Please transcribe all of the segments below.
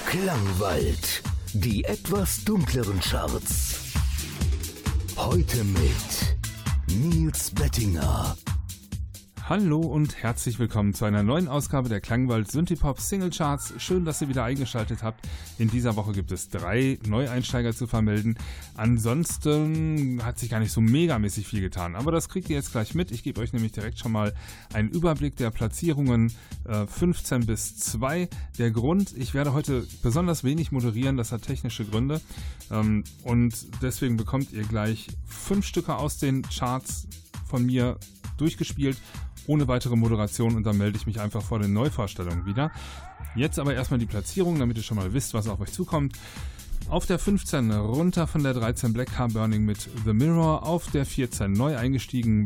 Klangwald, die etwas dunkleren Charts. Heute mit Nils Bettinger. Hallo und herzlich willkommen zu einer neuen Ausgabe der Klangwald Synthie-Pop Single Charts. Schön, dass ihr wieder eingeschaltet habt. In dieser Woche gibt es 3 Neueinsteiger zu vermelden. Ansonsten hat sich gar nicht so megamäßig viel getan, aber das kriegt ihr jetzt gleich mit. Ich gebe euch nämlich direkt schon mal einen Überblick der Platzierungen 15 bis 2. Der Grund, ich werde heute besonders wenig moderieren, das hat technische Gründe und deswegen bekommt ihr gleich 5 Stücke aus den Charts von mir durchgespielt, ohne weitere Moderation, und dann melde ich mich einfach vor den Neuvorstellungen wieder. Jetzt aber erstmal die Platzierung, damit ihr schon mal wisst, was auf euch zukommt. Auf der 15 runter von der 13 Black Car Burning mit The Mirror, auf der 14 neu eingestiegen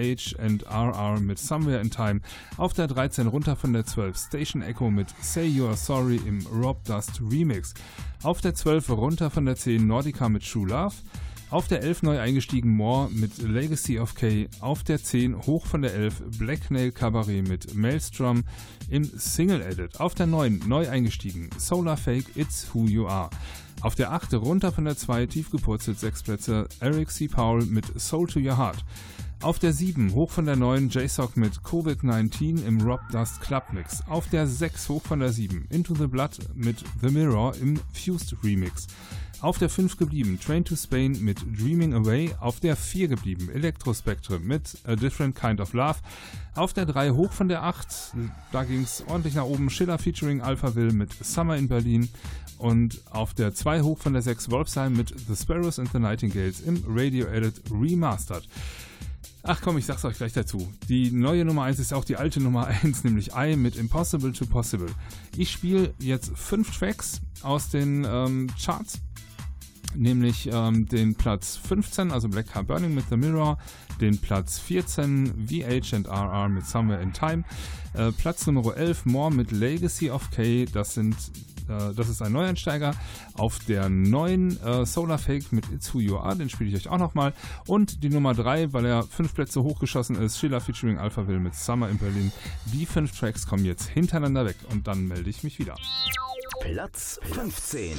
VH&RR mit Somewhere in Time, auf der 13 runter von der 12 Station Echo mit Say You Are Sorry im Rob Dust Remix, auf der 12 runter von der 10 Nordica mit True Love, auf der 11 neu eingestiegen More mit Legacy of K, auf der 10 hoch von der 11 Black Nail Cabaret mit Maelstrom im Single Edit, auf der 9 neu eingestiegen Solar Fake It's Who You Are, auf der 8 runter von der 2 tief gepurzelt 6 Plätze Eric C. Powell mit Soul to Your Heart, auf der 7 hoch von der 9 J-Sock mit Covid-19 im Rob Dust Club Mix, auf der 6 hoch von der 7 Into the Blood mit The Mirror im Fused Remix, auf der 5 geblieben Train to Spain mit Dreaming Away, auf der 4 geblieben Electrospectrum mit A Different Kind of Love, auf der 3 hoch von der 8, da ging es ordentlich nach oben, Schiller featuring Alphaville mit Summer in Berlin, und auf der 2 hoch von der 6 Wolfsheim mit The Sparrows and the Nightingales im Radio Edit Remastered. Ach komm, ich sag's euch gleich dazu. Die neue Nummer 1 ist auch die alte Nummer 1, nämlich I mit Impossible to Possible. Ich spiele jetzt 5 Tracks aus den Charts, nämlich den Platz 15, also Black Car Burning mit The Mirror, den Platz 14 VH&RR mit Somewhere in Time, Platz Nummer 11 More mit Legacy of K, das ist ein Neueinsteiger, auf der 9 Solar Fake mit It's Who You Are, den spiele ich euch auch nochmal, und die Nummer 3, weil er 5 Plätze hochgeschossen ist, Schiller featuring Alphaville mit Summer in Berlin. Die 5 Tracks kommen jetzt hintereinander weg und dann melde ich mich wieder. Platz 15.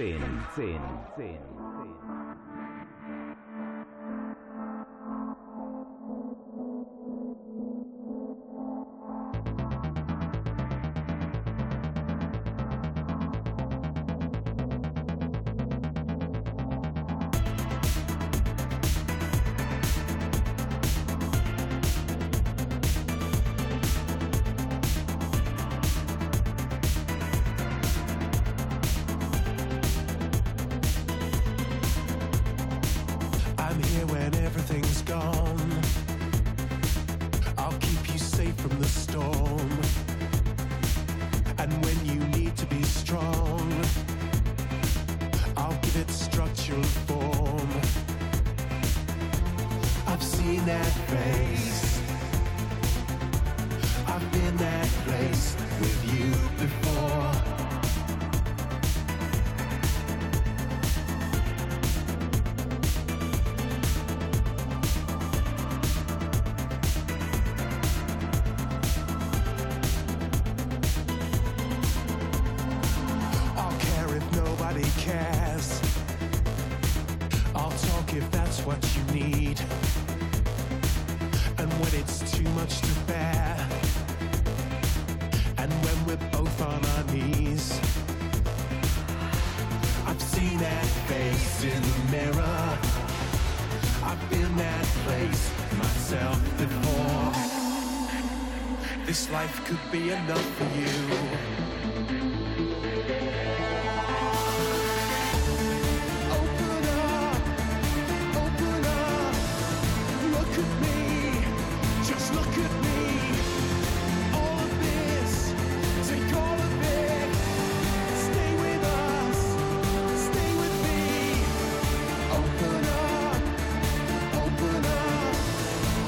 This life could be enough for you.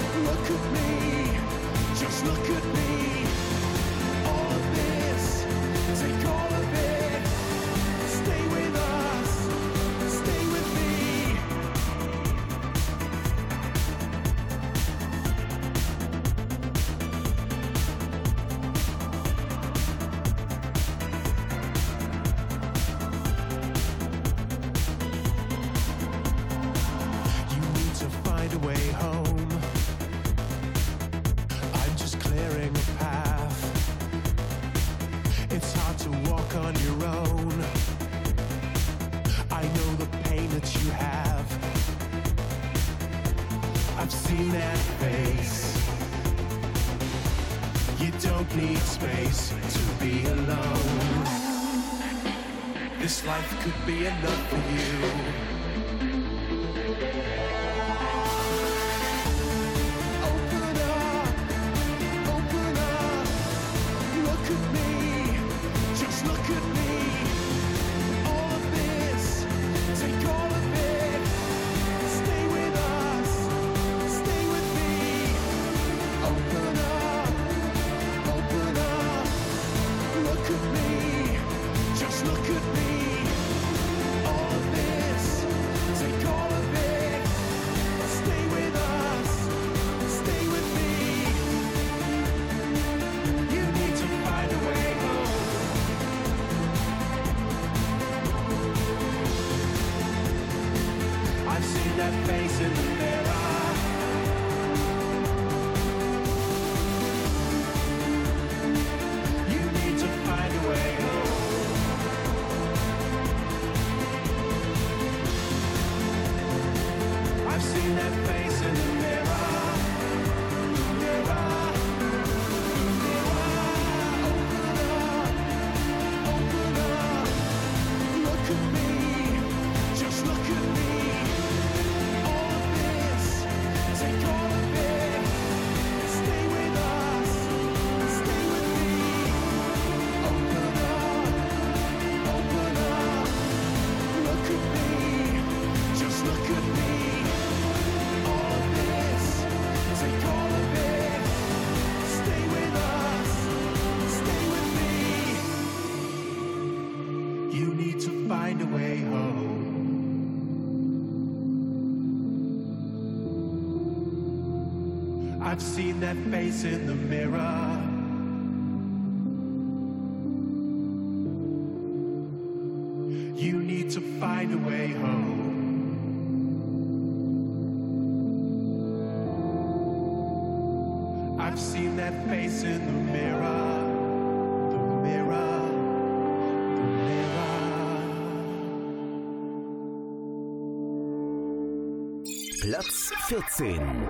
Look at me, all of this on your own. I know the pain that you have. I've seen that face. You don't need space to be alone. This life could be enough for you. Open up, look at me, just look at me. All of this, take all of it. Stay with us, stay with me. Open up, look at me, just look at me. All of this, take all of it. Stay with us, stay with me. You need to find a way home. I've seen that face in the mirror. You need to find a way home. I've seen that face in the mirror. Mirror, open up, look at me, just look at me. All of this, take all of it. Stay with us, stay with me. Open up, look at me, just look at me. All of this, take all of it. Stay with us, stay with me. You need to find a way home. I've seen that face in the mirror. You need to find a way home. I've seen that face in the mirror. The mirror, the mirror. Platz 14.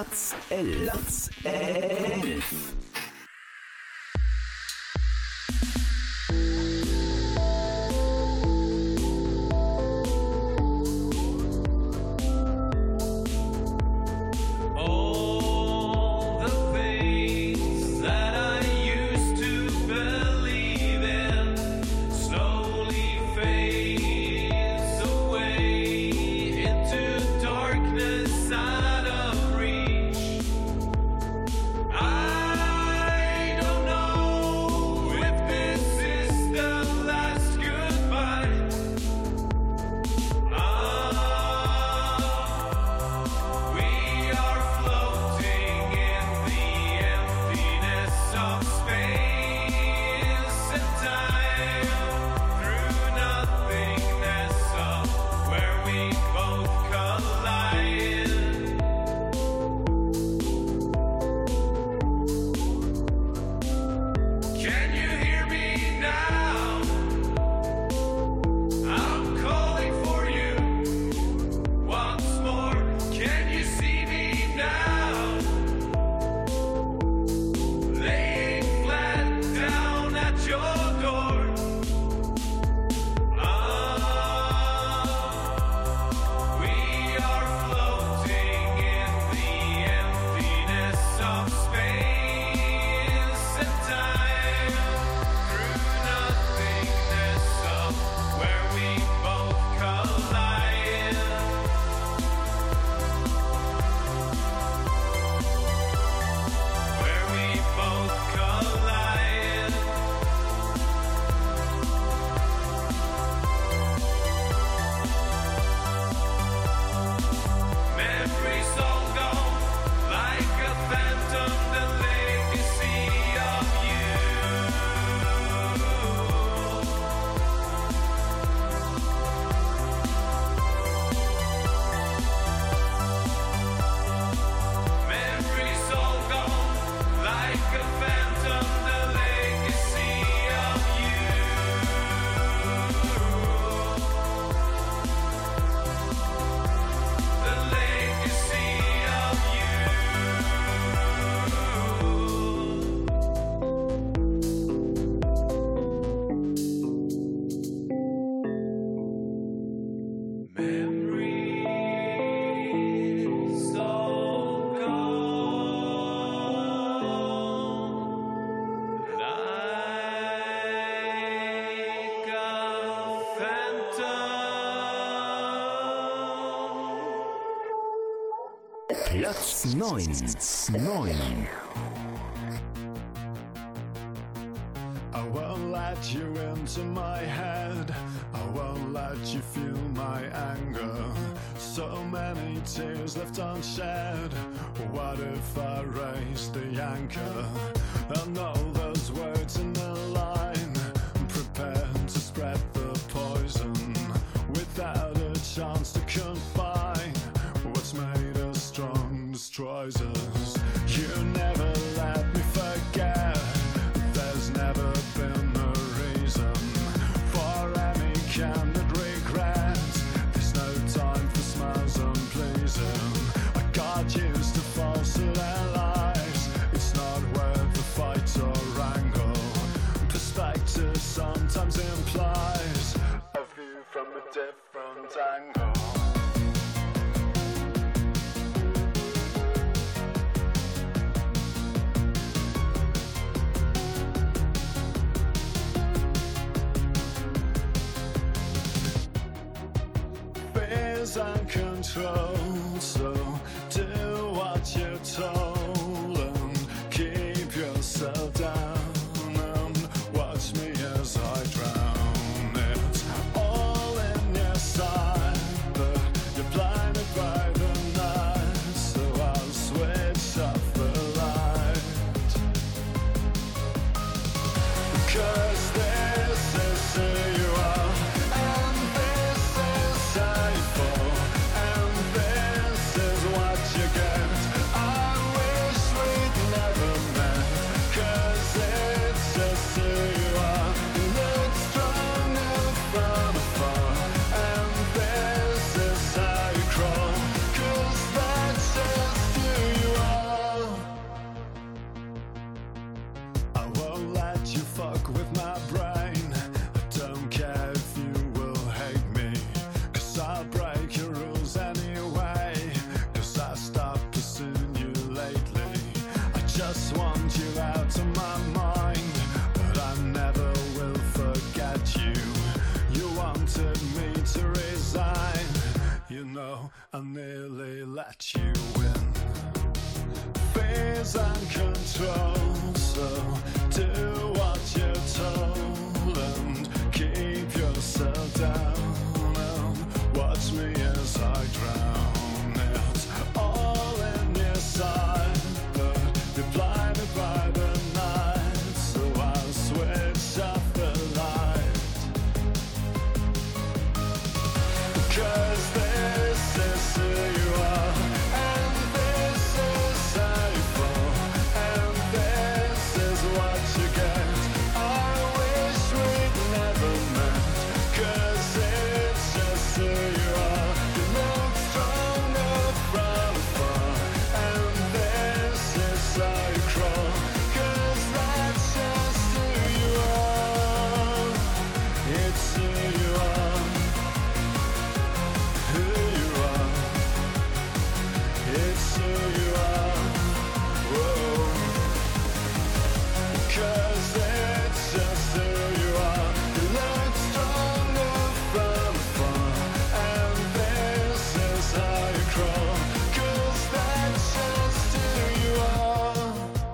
Platz 11. Platz 11. Platz 9. I won't let you into my head. I won't let you feel my anger. So many tears left unshed. What if I raised the anchor? And all those words in a line, prepared to spread the poison without a chance to confine. What's made us strong destroys us. You never let me forget. There's never been a reason for any candid regret. There's no time for smiles unpleasing. I got used to false lies. It's not worth the fight or wrangle. Perspective sometimes implies a view from a different angle. Uncontrolled, so do what you're told and keep yourself down and watch me as I drown. It's all in your sight, but you're blinded by the night, so I'll switch off the light. 'Cause this is who you are, and this is how you fall. You get. I wish we'd never met, 'cause it's just who you are. You look stronger from afar, and this is how you crawl, 'cause that's just who you I nearly let you in. Fears and control, so do what you're told and keep yourself down and watch me as I drown. It's all in your sight, but you're blinded by the night, so I'll switch off the light. 'Cause this is who you are, and this is how you fall, and this is what you get. I wish we'd never met, 'cause it's just who you are. You look stronger from afar, and this is how you crawl, 'cause that's just who you are. It's who you are. Who you are, it's who you are, whoa. 'Cause it's just who you are. You look stronger from afar, and this is how you crawl, 'cause that's just who you are.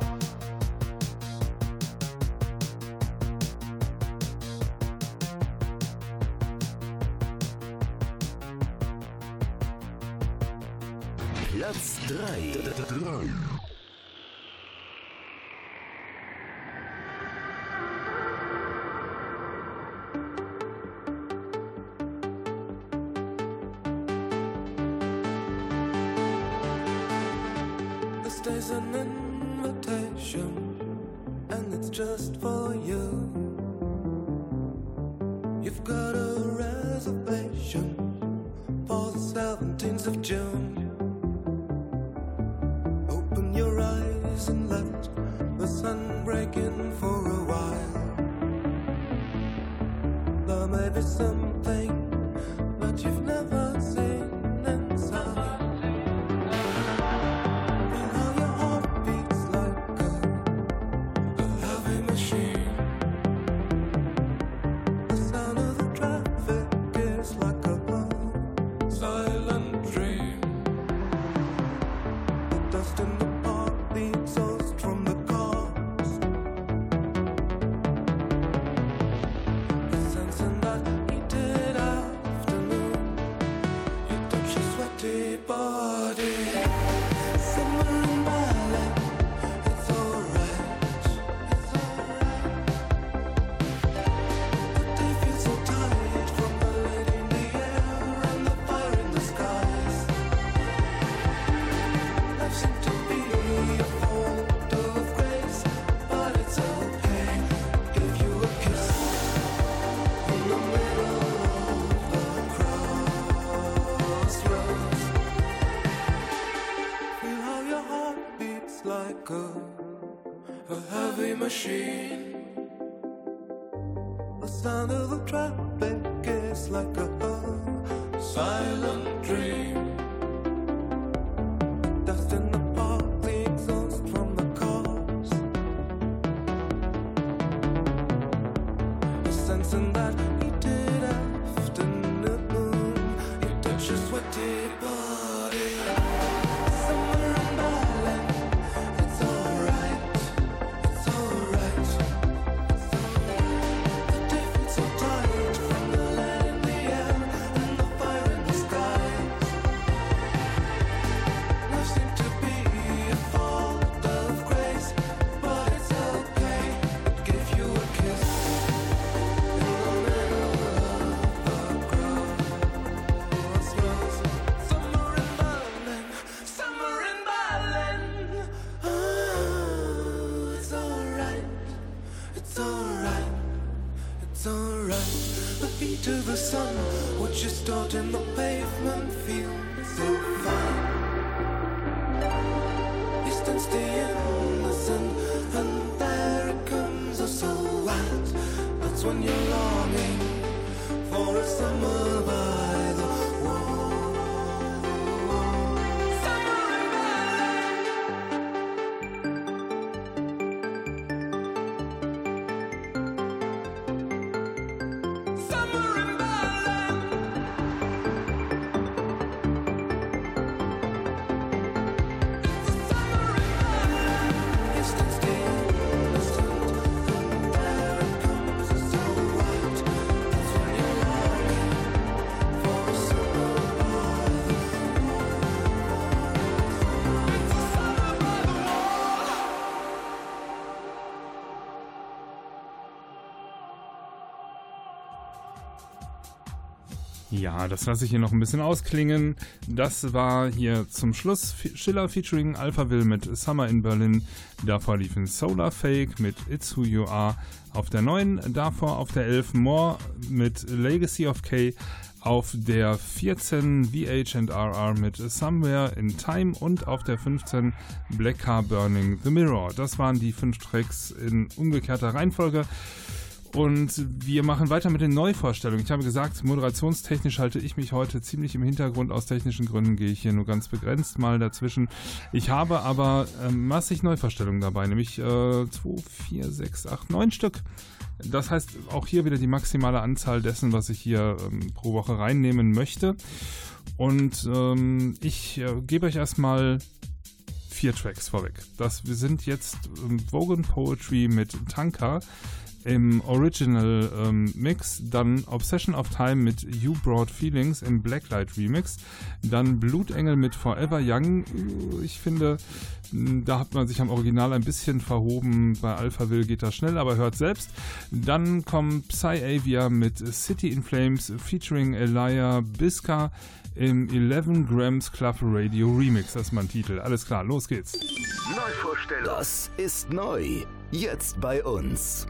Platz 3. This day's an invitation, and it's just for you. You've got a reservation for the 17th of June. Open your eyes and let the sun break in for a while. There may be something that you've never seen inside. Feel how your heart beats like a heavy machine. The sound of the traffic is like a silent dream. The dust in the park, the exhaust from the cars. The sense in that heated afternoon. You touch your sweaty body. Somewhere in Berlin, it's alright. It's alright. The day feels so tired from the light in the air and the fire in the skies. Life seemed to be a fault of grace, but it's okay. Give you a kiss in the middle of the crossroads. Feel how your heart beats like a heavy machine. The sound of the traffic is like a silent dream. Dust in the park, the exhaust from the cars. The sense in that heated afternoon. You touch your sweaty body. Somewhere in Berlin, it's alright. It's alright. The day feels so tired from the light in the air and the fire in the sky. Life seemed to be a fault of grace, but it's okay. It gave you a kiss in the middle of the crossroads. Somewhere in Berlin, somewhere in Berlin. Oh, it's alright. It's alright. It's alright. The heat of the sun, what you stored in the pavement feels so fine. Distance the innocent, and there it comes, oh so what? That's when you're longing for a summer by the wall. Summer in Berlin. Summer in Berlin. Ja, das lasse ich hier noch ein bisschen ausklingen. Das war hier zum Schluss Schiller featuring Alphaville mit Summer in Berlin. Davor liefen Solar Fake mit It's Who You Are auf der 9. Davor auf der 11 More mit Legacy of K. Auf der 14 VH&RR mit Somewhere in Time und auf der 15 Black Car Burning the Mirror. Das waren die 5 Tracks in umgekehrter Reihenfolge. Und wir machen weiter mit den Neuvorstellungen. Ich habe gesagt, moderationstechnisch halte ich mich heute ziemlich im Hintergrund. Aus technischen Gründen gehe ich hier nur ganz begrenzt mal dazwischen. Ich habe aber massig Neuvorstellungen dabei, nämlich 2, 4, 6, 8, 9 Stück. Das heißt auch hier wieder die maximale Anzahl dessen, was ich hier pro Woche reinnehmen möchte. Und ich gebe euch erstmal 4 Tracks vorweg. Wir sind jetzt Vogan Poetry mit Tanka im Original Mix, dann Obsession of Time mit You Brought Feelings im Blacklight Remix, dann Blutengel mit Forever Young. Ich finde, da hat man sich am Original ein bisschen verhoben, bei Alphaville geht das schnell, aber hört selbst. Dann kommt Psyavia mit City in Flames featuring Elia Biska im 11 Grams Club Radio Remix. Das ist mein Titel. Alles klar, los geht's. Neuvorstellung. Das ist neu. Jetzt bei uns.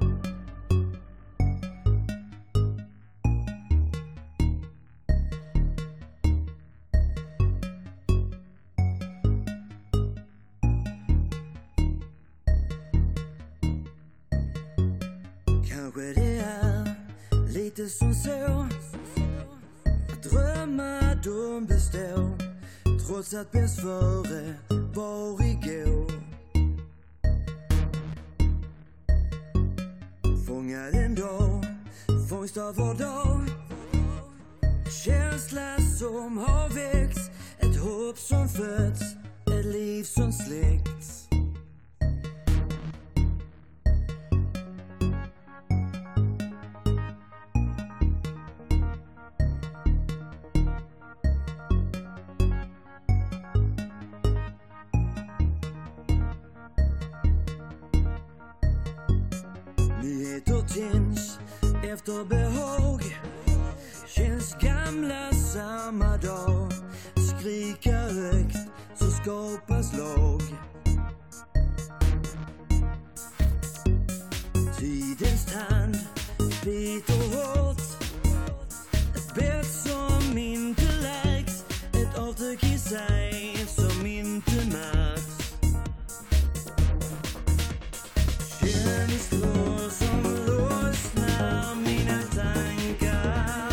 Kanske det är lite som så att drömmar de består, trots att bäst före var igår. Fångad en dag, fångst av vår dag, känsla som har väckts, ett hopp som fötts, ett liv som släckts. Nyheter tänds efter behag, känns gamla samma dag, skrika högt så skapas lag. Tidens tand biter hårt, ett bett som inte läks, ett avtryck i sig som inte märks. Känslor som lossnar mina tankar,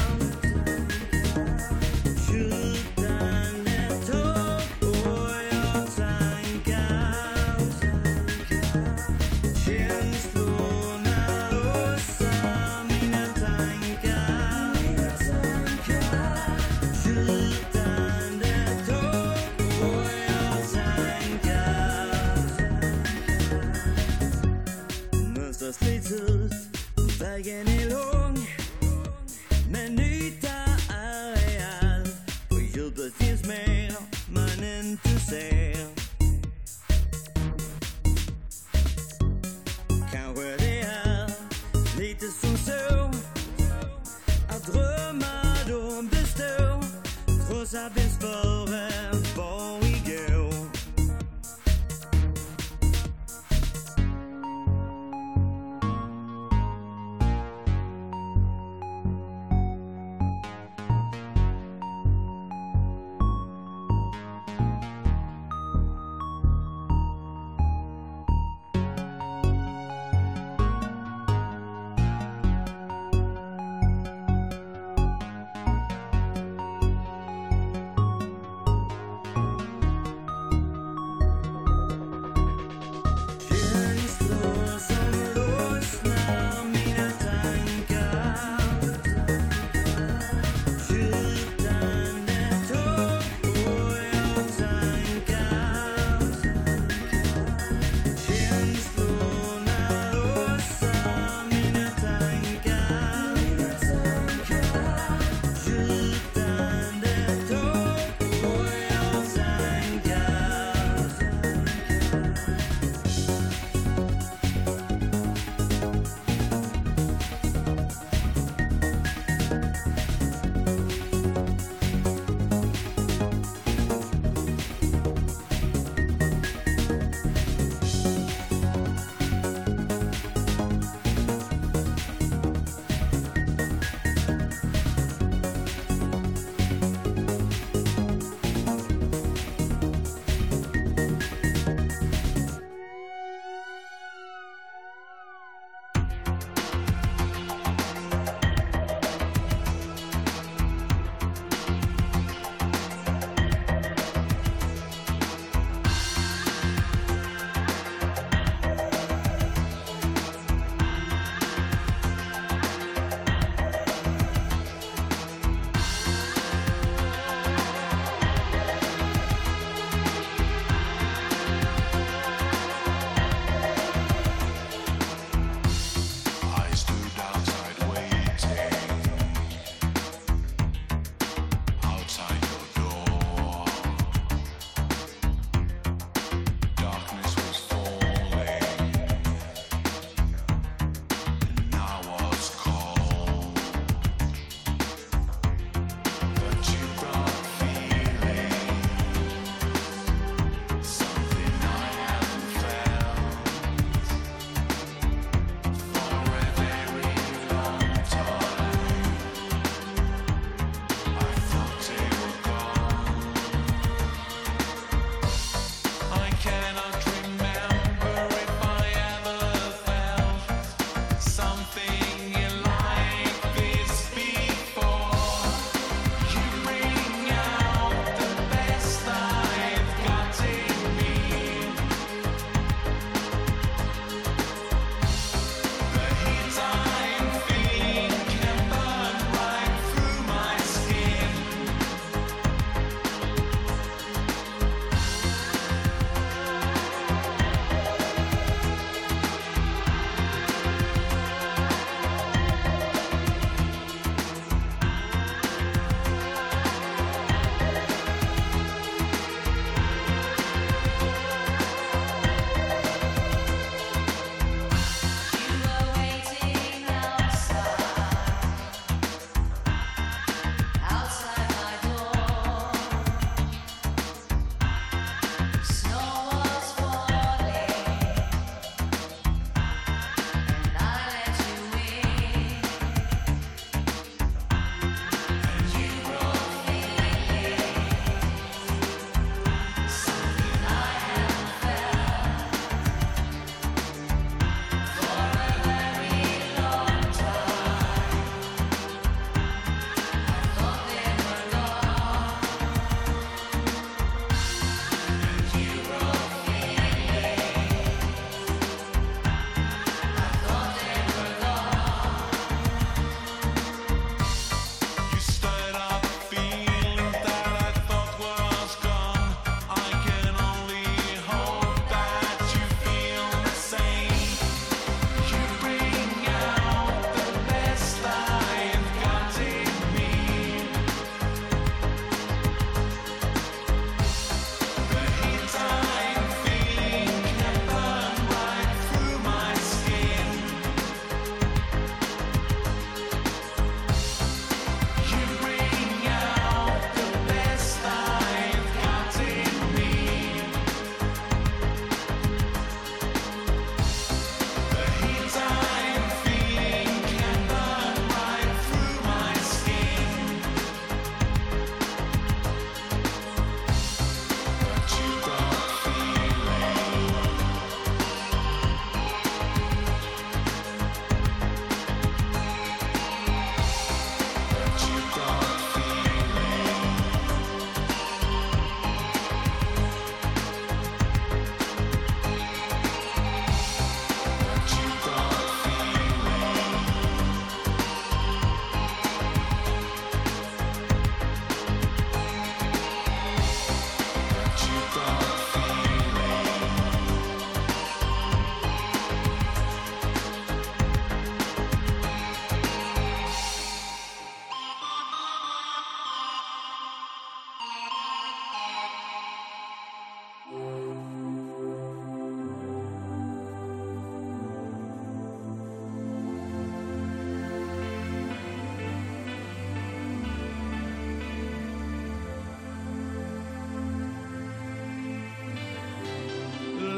skjutande tåg och jag tankar. Känslorna lossar mina tankar, skjutande tåg och jag tankar. Mönster slits ut, vägen är lång, men yta är rejäl. På djupet finns mer man inte ser. Kanske det är lite som så att drömmar de består, trots att bäst före var igår.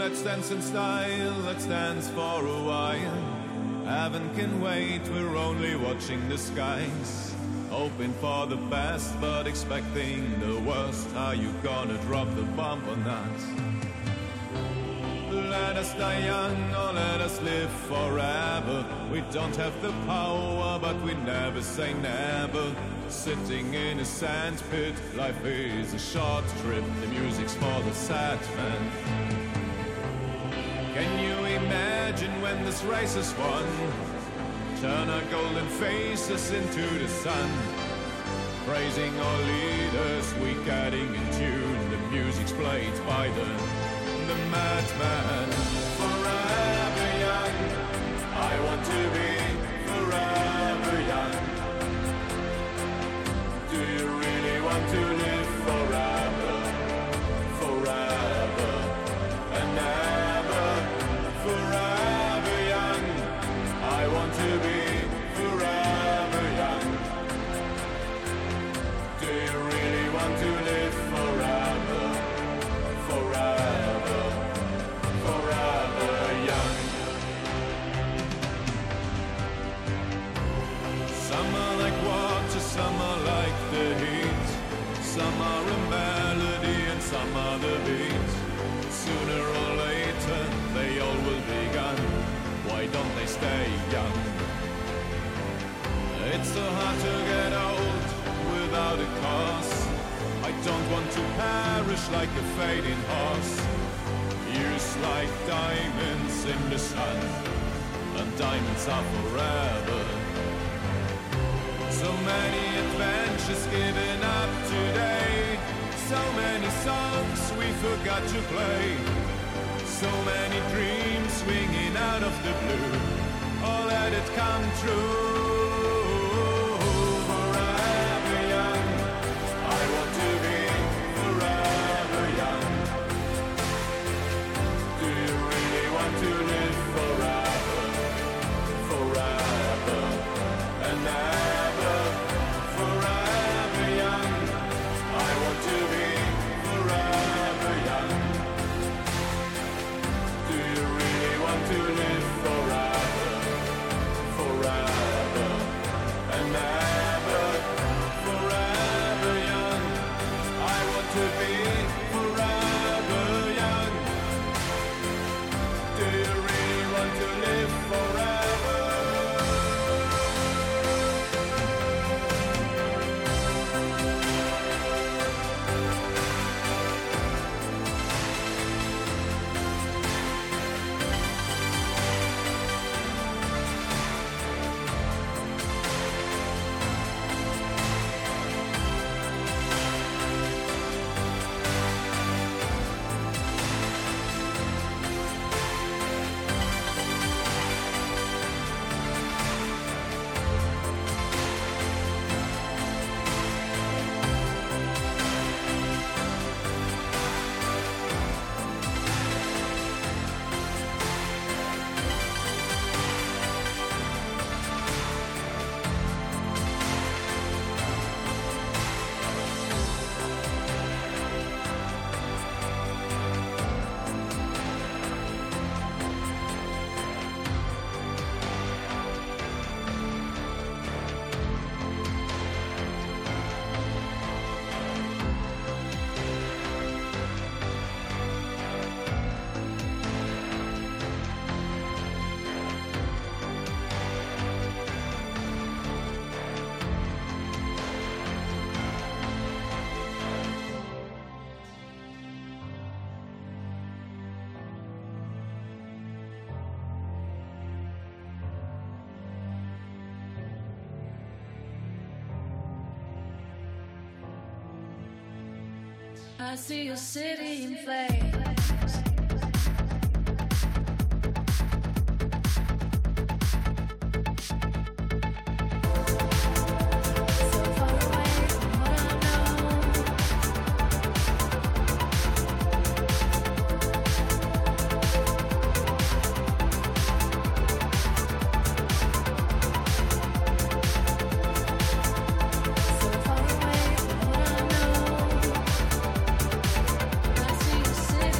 let's dance in style, let's dance for a while. Heaven can wait, we're only watching the skies. Hoping for the best, but expecting the worst. Are you gonna drop the bomb or not? Let us die young or let us live forever. We don't have the power, but we never say never. Sitting in a sandpit, life is a short trip. The music's for the sad man. Can you imagine when this race is won? Turn our golden faces into the sun. Praising our leaders, we getting in tune. The music's played by the madman. Forever young, I want to be forever young. Do you really want to live forever? Forever and ever. Forever young, I want to be forever young. Do you really want to live forever? Forever, forever young. Some are like water, some are like the heat. Some are a melody and some are the beat. Sooner or later they all will be gone. Why don't they stay young? It's so hard to get old without a cause. I don't want to perish like a fading horse. Used like diamonds in the sun, and diamonds are forever. So many adventures given up today. So many songs we forgot to play. So many dreams swinging out of the blue. Oh, let it come true. Forever young, I want to be forever young. Do you really want to live forever? Forever and ever. Forever young, I want to be forever young. Do you really want to live forever? Forever and ever. Forever young, I want to be forever young. Do you really want to live forever? I see your city in flames. So far away from what I know. So far away from what I know. I see your city.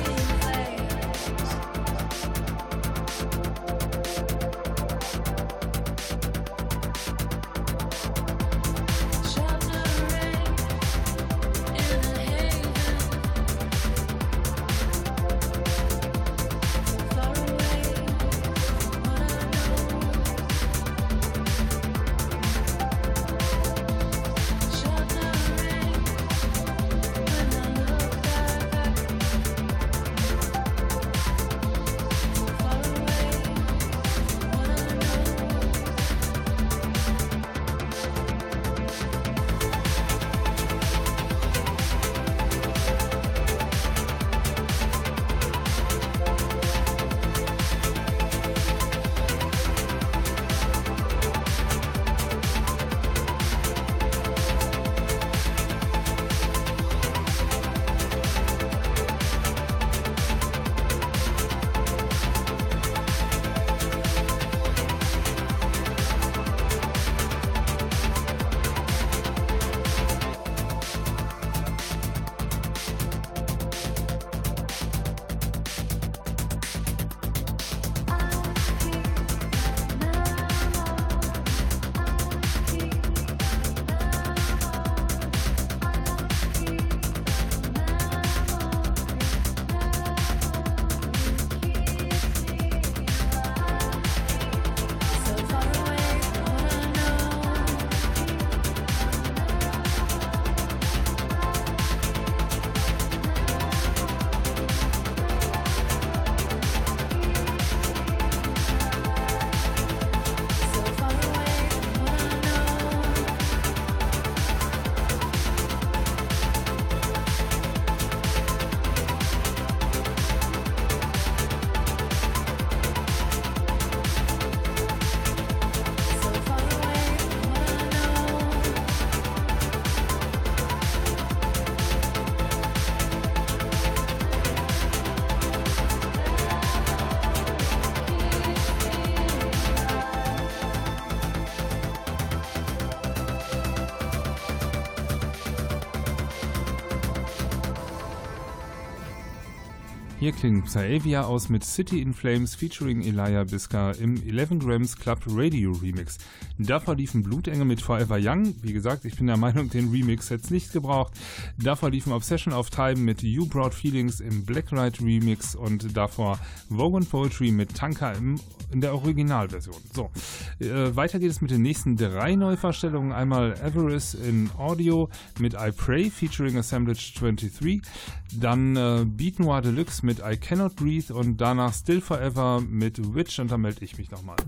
Hier klingt Xavier aus mit City in Flames featuring Elijah Biscar im 11 Grams Club Radio Remix. Davor liefen Blutengel mit Forever Young. Wie gesagt, ich bin der Meinung, den Remix hätte es nicht gebraucht. Davor liefen Obsession of Time mit You Brought Feelings im Blacklight Remix und davor Vogue Poetry mit Tanka in der Originalversion. So, weiter geht es mit den nächsten 3 Neuvorstellungen. Einmal Avarice in Audio mit I Pray featuring Assemblage 23. Dann Beat Noir Deluxe mit I Cannot Breathe und danach Still Forever mit Witch und da melde ich mich nochmal.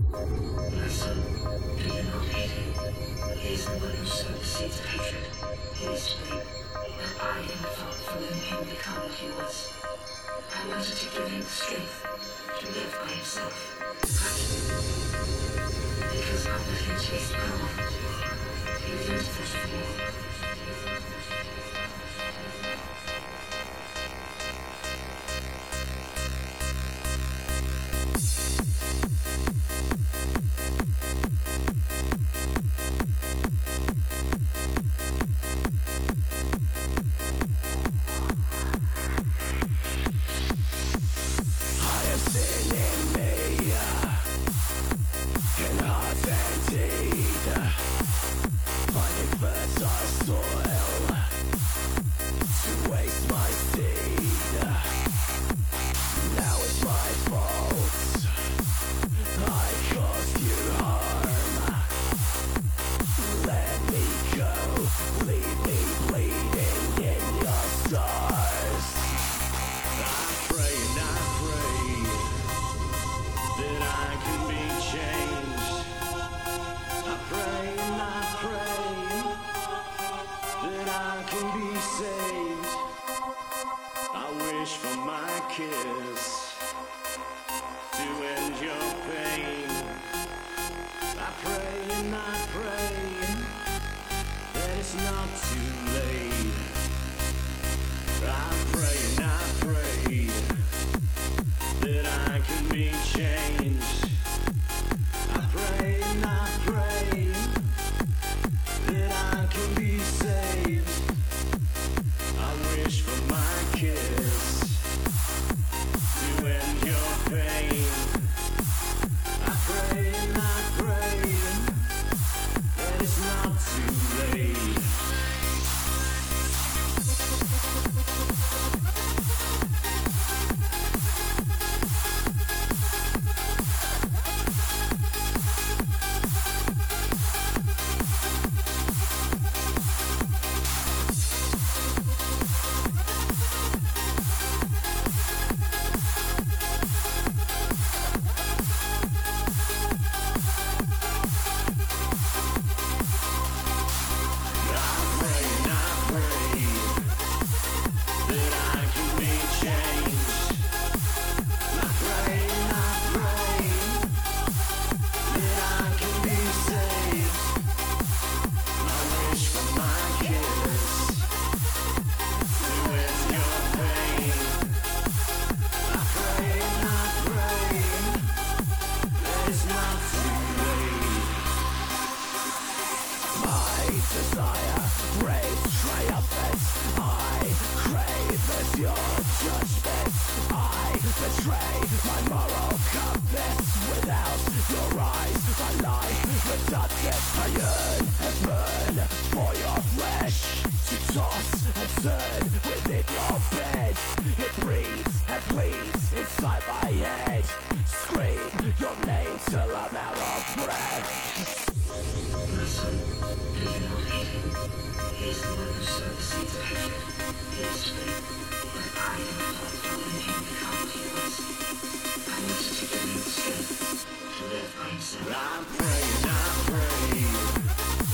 I pray,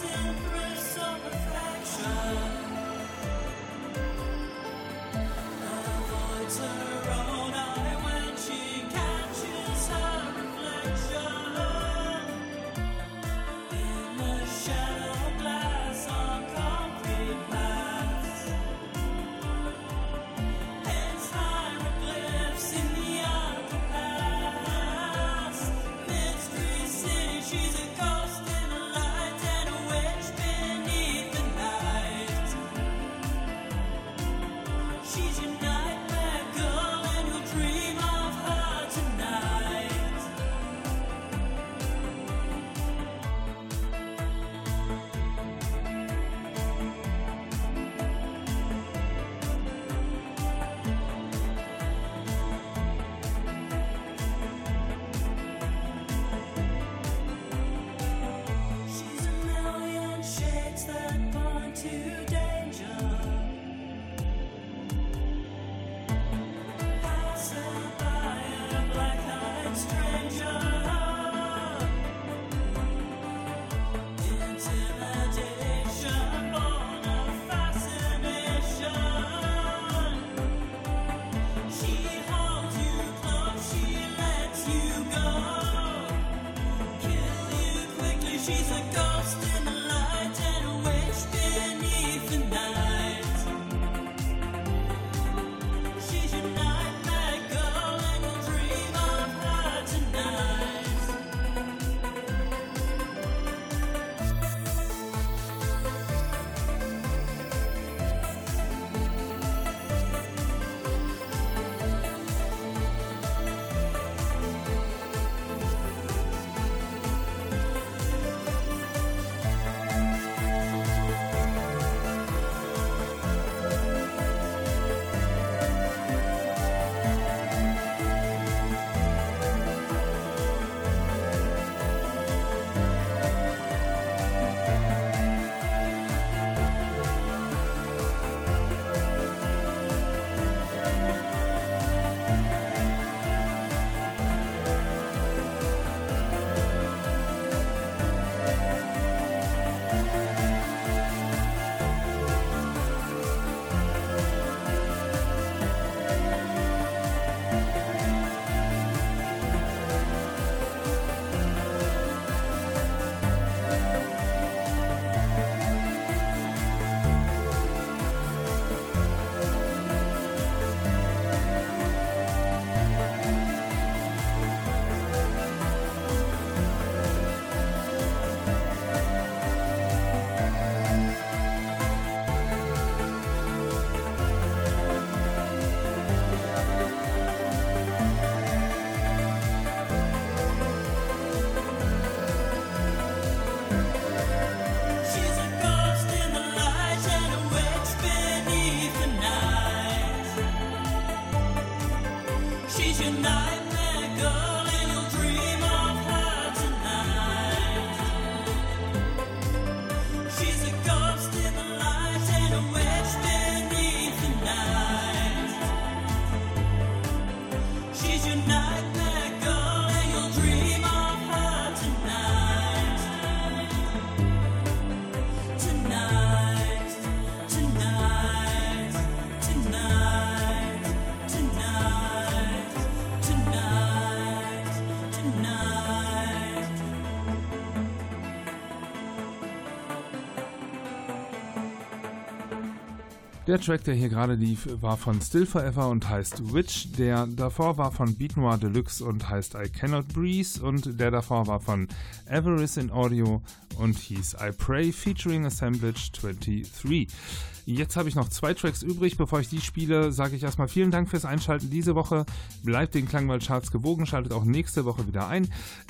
Der Track, der hier gerade lief, war von Still Forever und heißt Witch. Der davor war von Beat Noir Deluxe und heißt I Cannot Breathe. Und der davor war von Avarice in Audio und hieß I Pray featuring Assemblage 23. Jetzt habe ich noch 2 Tracks übrig. Bevor ich die spiele, sage ich erstmal vielen Dank fürs Einschalten diese Woche. Bleibt den Klangwald-Charts gewogen, schaltet auch nächste Woche wieder ein.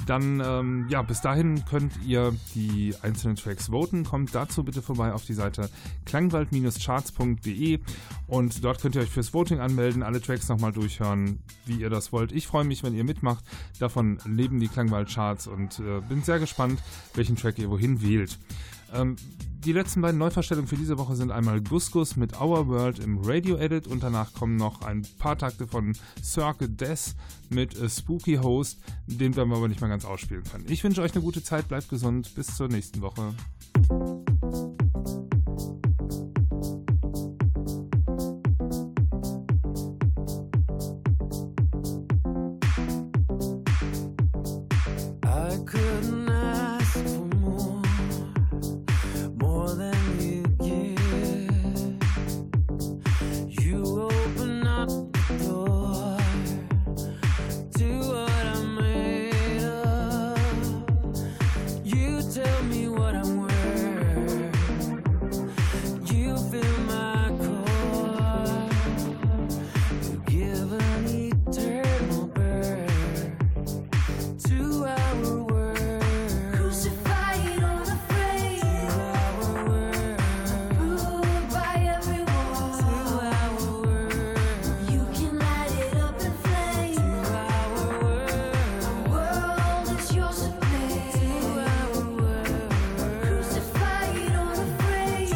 Dann, bis dahin könnt ihr die einzelnen Tracks voten. Kommt dazu bitte vorbei auf die Seite klangwald-charts.de und dort könnt ihr euch fürs Voting anmelden, alle Tracks nochmal durchhören, wie ihr das wollt. Ich freue mich, wenn ihr mitmacht. Davon leben die Klangwald-Charts und bin sehr gespannt, welchen Track ihr wohin wählt. Die letzten beiden Neuvorstellungen für diese Woche sind einmal Gus Gus mit Our World im Radio Edit und danach kommen noch ein paar Takte von Circle Death mit Spooky Host. Den werden wir aber nicht mehr ganz ausspielen können. Ich wünsche euch eine gute Zeit, bleibt gesund, bis zur nächsten Woche. I couldn't ask for more than you give. You open up the door to what I'm made of. You tell me what I'm worth. You fill my core. You give an eternal birth to our world. Crucified, unafraid, To our world. ruled by everyone. To our world. You can light it up in flames. To our world. The world is yours to play. To our world. Crucified, unafraid,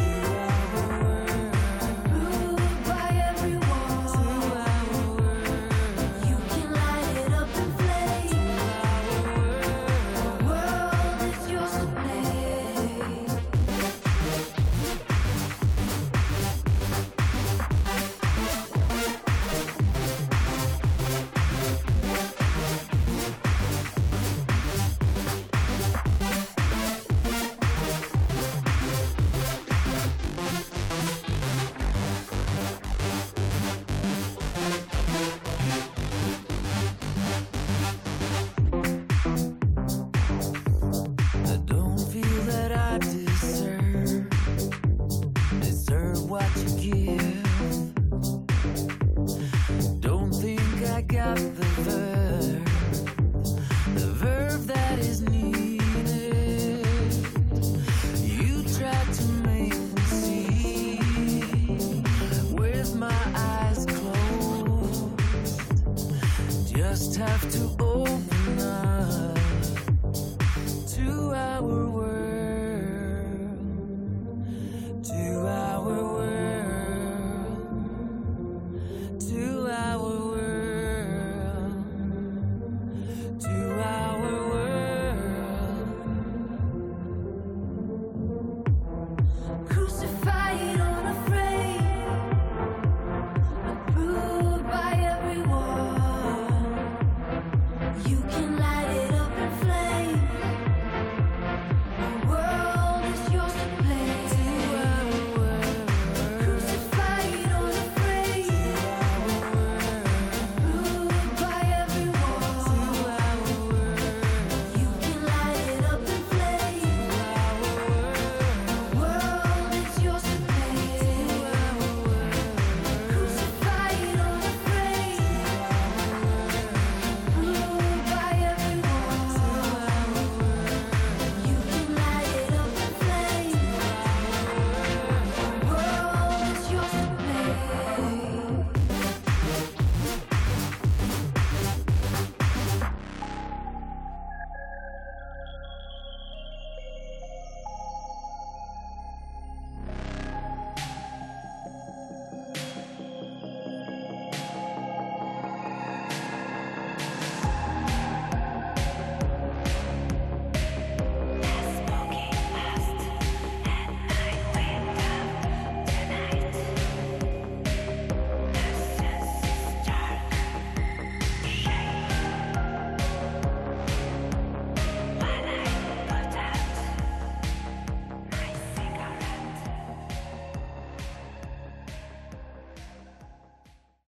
ruled by everyone. To our world. You can light it up in flames. The world is yours to play. I don't feel that I deserve what you give. Don't think I got the verve that is needed. You tried to make me see with my eyes closed. Just have to open up.